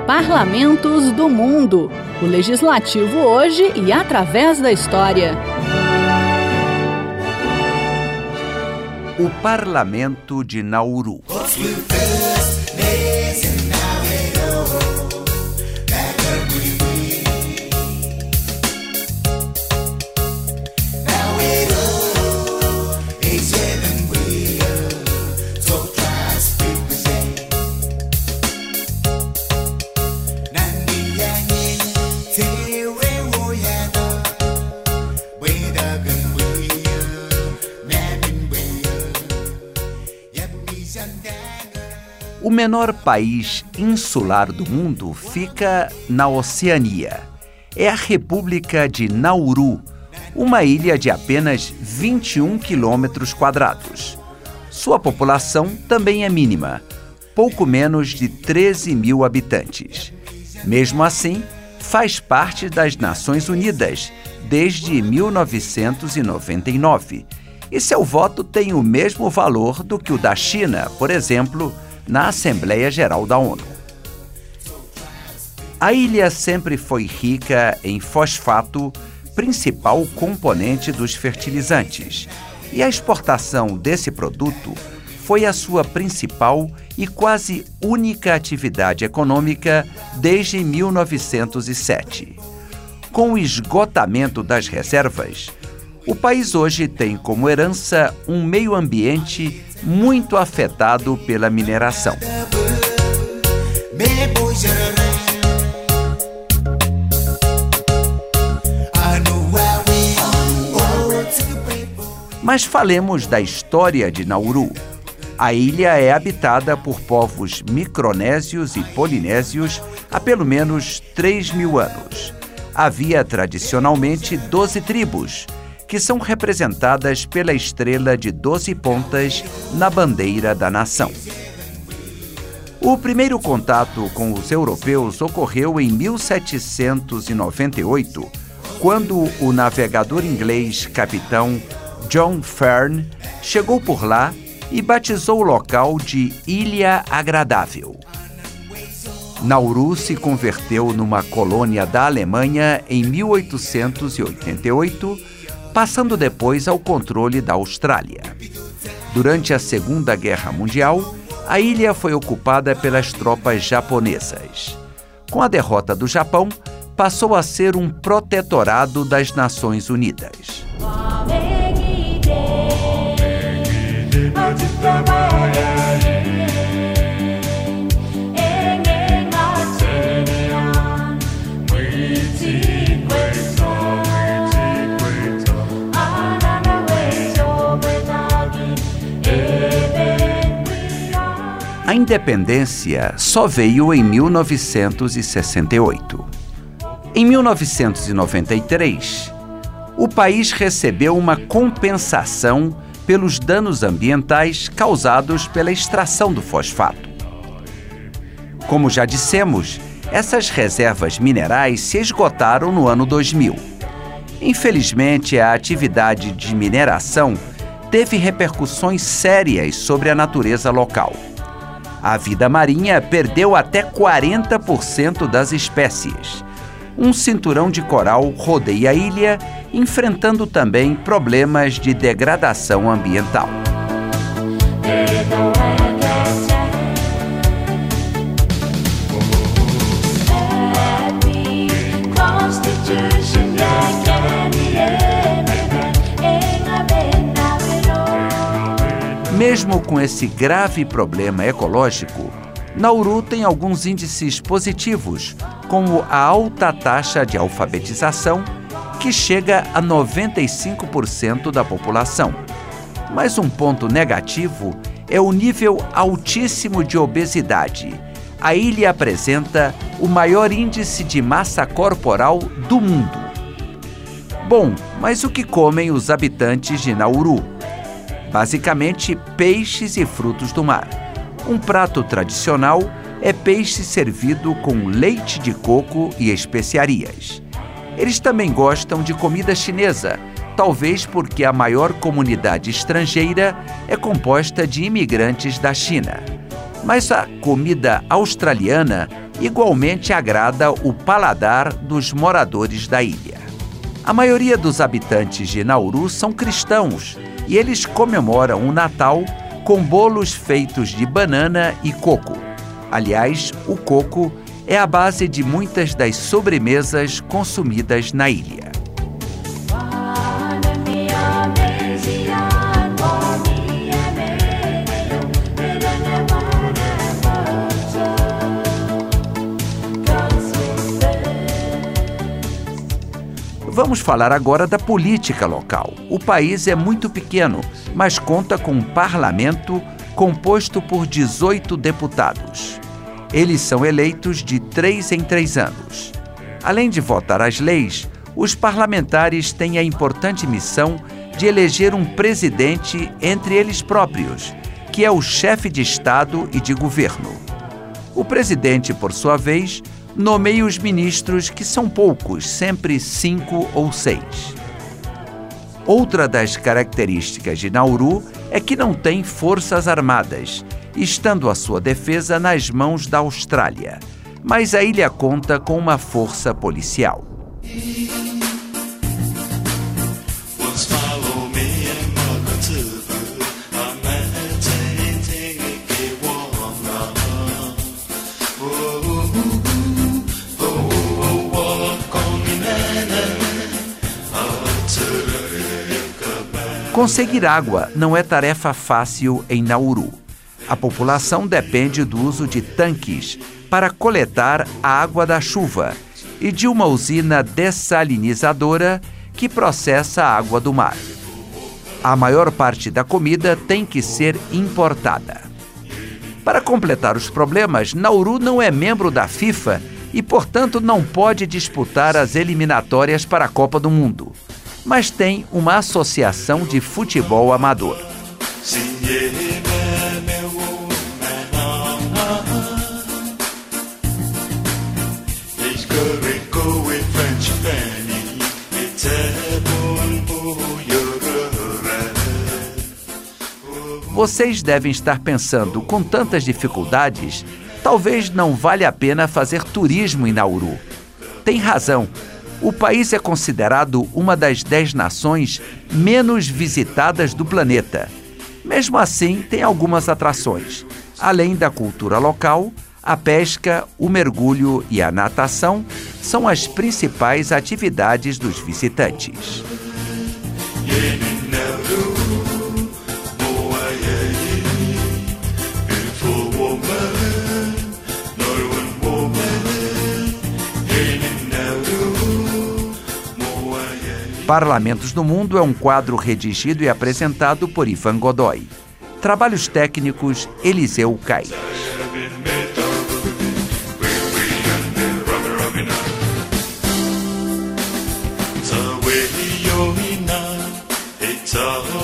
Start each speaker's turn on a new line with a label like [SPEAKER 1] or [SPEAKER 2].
[SPEAKER 1] Parlamentos do Mundo. O legislativo hoje e através da história.
[SPEAKER 2] O Parlamento de Nauru. O menor país insular do mundo fica na Oceania. É a República de Nauru, uma ilha de apenas 21 quilômetros quadrados. Sua população também é mínima, pouco menos de 13 mil habitantes. Mesmo assim, faz parte das Nações Unidas desde 1999. E seu voto tem o mesmo valor do que o da China, por exemplo, na Assembleia Geral da ONU. A ilha sempre foi rica em fosfato, principal componente dos fertilizantes, e a exportação desse produto foi a sua principal e quase única atividade econômica desde 1907. Com o esgotamento das reservas, o país hoje tem como herança um meio ambiente muito afetado pela mineração. Mas falemos da história de Nauru. A ilha é habitada por povos micronésios e polinésios há pelo menos 3.000 anos. Havia tradicionalmente 12 tribos, que são representadas pela estrela de 12 pontas na bandeira da nação. O primeiro contato com os europeus ocorreu em 1798, quando o navegador inglês capitão John Fern chegou por lá e batizou o local de Ilha Agradável. Nauru se converteu numa colônia da Alemanha em 1888, passando depois ao controle da Austrália. Durante a Segunda Guerra Mundial, a ilha foi ocupada pelas tropas japonesas. Com a derrota do Japão, passou a ser um protetorado das Nações Unidas. A independência só veio em 1968. Em 1993, o país recebeu uma compensação pelos danos ambientais causados pela extração do fosfato. Como já dissemos, essas reservas minerais se esgotaram no ano 2000. Infelizmente, a atividade de mineração teve repercussões sérias sobre a natureza local. A vida marinha perdeu até 40% das espécies. Um cinturão de coral rodeia a ilha, enfrentando também problemas de degradação ambiental. Mesmo com esse grave problema ecológico, Nauru tem alguns índices positivos, como a alta taxa de alfabetização, que chega a 95% da população. Mas um ponto negativo é o nível altíssimo de obesidade. A ilha apresenta o maior índice de massa corporal do mundo. Bom, mas o que comem os habitantes de Nauru? Basicamente, peixes e frutos do mar. Um prato tradicional é peixe servido com leite de coco e especiarias. Eles também gostam de comida chinesa, talvez porque a maior comunidade estrangeira é composta de imigrantes da China. Mas a comida australiana igualmente agrada o paladar dos moradores da ilha. A maioria dos habitantes de Nauru são cristãos e eles comemoram o Natal com bolos feitos de banana e coco. Aliás, o coco é a base de muitas das sobremesas consumidas na ilha. Vamos falar agora da política local. O país é muito pequeno, mas conta com um parlamento composto por 18 deputados. Eles são eleitos de 3 em 3 anos. Além de votar as leis, os parlamentares têm a importante missão de eleger um presidente entre eles próprios, que é o chefe de Estado e de governo. O presidente, por sua vez, nomeia os ministros, que são poucos, sempre 5 ou 6. Outra das características de Nauru é que não tem forças armadas, estando a sua defesa nas mãos da Austrália. Mas a ilha conta com uma força policial. Conseguir água não é tarefa fácil em Nauru. A população depende do uso de tanques para coletar a água da chuva e de uma usina dessalinizadora que processa a água do mar. A maior parte da comida tem que ser importada. Para completar os problemas, Nauru não é membro da FIFA e, portanto, não pode disputar as eliminatórias para a Copa do Mundo, mas tem uma associação de futebol amador. Vocês devem estar pensando, com tantas dificuldades, talvez não valha a pena fazer turismo em Nauru. Tem razão. O país é considerado uma das 10 nações menos visitadas do planeta. Mesmo assim, tem algumas atrações. Além da cultura local, a pesca, o mergulho e a natação são as principais atividades dos visitantes. Parlamentos do Mundo é um quadro redigido e apresentado por Ivan Godoy. Trabalhos técnicos, Eliseu Caires.
[SPEAKER 3] So